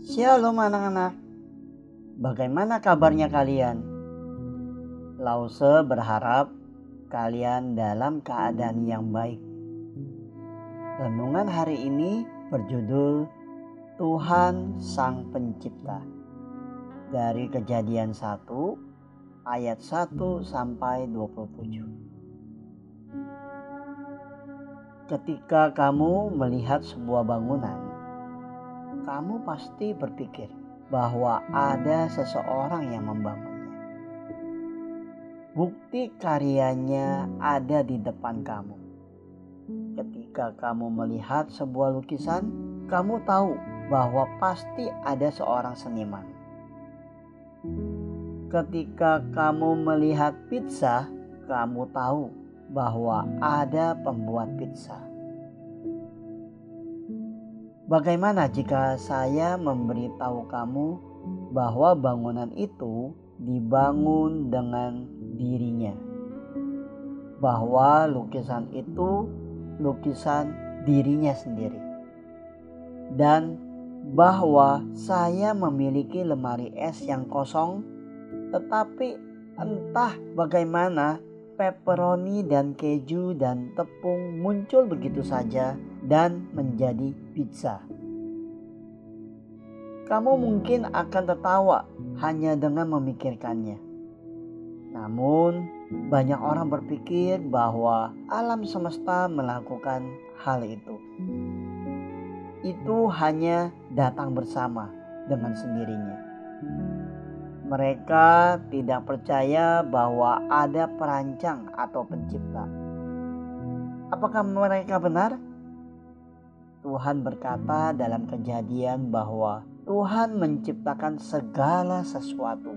Shalom anak-anak, bagaimana kabarnya kalian? Lause berharap kalian dalam keadaan yang baik. Renungan hari ini berjudul Tuhan Sang Pencipta. Dari Kejadian 1 ayat 1 sampai 27. Ketika kamu melihat sebuah bangunan, kamu pasti berpikir bahwa ada seseorang yang membangunnya. Bukti karyanya ada di depan kamu. Ketika kamu melihat sebuah lukisan, kamu tahu bahwa pasti ada seorang seniman. Ketika kamu melihat pizza, kamu tahu bahwa ada pembuat pizza. Bagaimana jika saya memberitahu kamu bahwa bangunan itu dibangun dengan dirinya? Bahwa lukisan itu lukisan dirinya sendiri. Dan bahwa saya memiliki lemari es yang kosong, tetapi entah bagaimana pepperoni dan keju dan tepung muncul begitu saja dan menjadi pizza. Kamu mungkin akan tertawa hanya dengan memikirkannya. Namun, banyak orang berpikir bahwa alam semesta melakukan hal itu. Itu hanya datang bersama dengan sendirinya. Mereka tidak percaya bahwa ada perancang atau pencipta. Apakah mereka benar? Tuhan berkata dalam Kejadian bahwa Tuhan menciptakan segala sesuatu.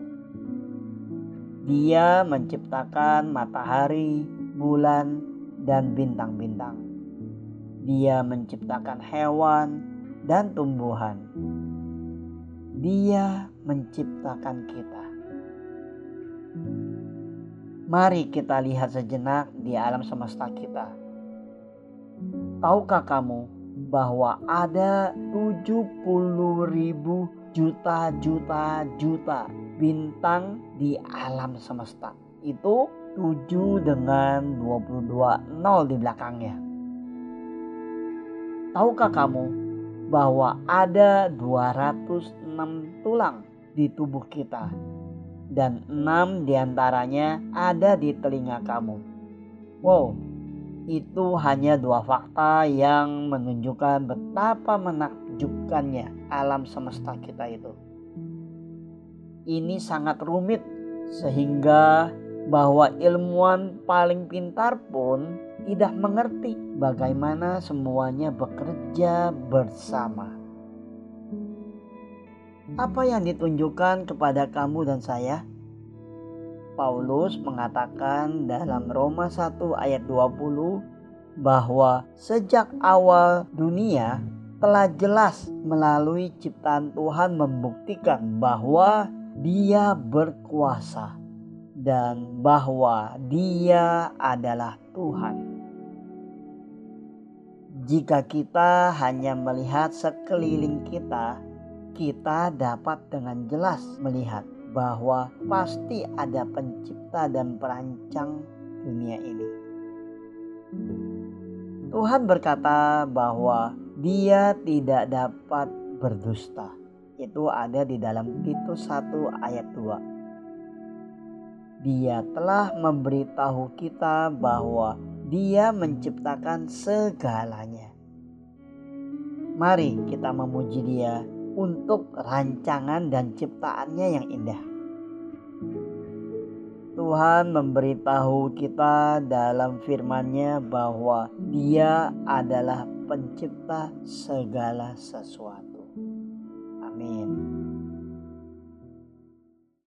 Dia menciptakan matahari, bulan, dan bintang-bintang. Dia menciptakan hewan dan tumbuhan. Dia menciptakan kita. Mari kita lihat sejenak di alam semesta kita. Tahukah kamu bahwa ada 70.000 juta bintang di alam semesta? Itu 7 dengan 22 nol di belakangnya. Tahukah kamu bahwa ada 206 tulang di tubuh kita dan 6 diantaranya ada di telinga kamu? Wow, itu hanya 2 fakta yang menunjukkan betapa menakjubkannya alam semesta kita itu. Ini sangat rumit sehingga bahwa ilmuwan paling pintar pun tidak mengerti bagaimana semuanya bekerja bersama. Apa yang ditunjukkan kepada kamu dan saya? Paulus mengatakan dalam Roma 1 ayat 20 bahwa sejak awal dunia telah jelas melalui ciptaan Tuhan membuktikan bahwa Dia berkuasa dan bahwa Dia adalah Tuhan. Jika kita hanya melihat sekeliling kita, kita dapat dengan jelas melihat bahwa pasti ada pencipta dan perancang dunia ini. Tuhan berkata bahwa Dia tidak dapat berdusta. Itu ada di dalam Titus 1 ayat 2. Dia telah memberitahu kita bahwa Dia menciptakan segalanya. Mari kita memuji Dia untuk rancangan dan ciptaannya yang indah. Tuhan memberitahu kita dalam firman-Nya bahwa Dia adalah pencipta segala sesuatu. Amin.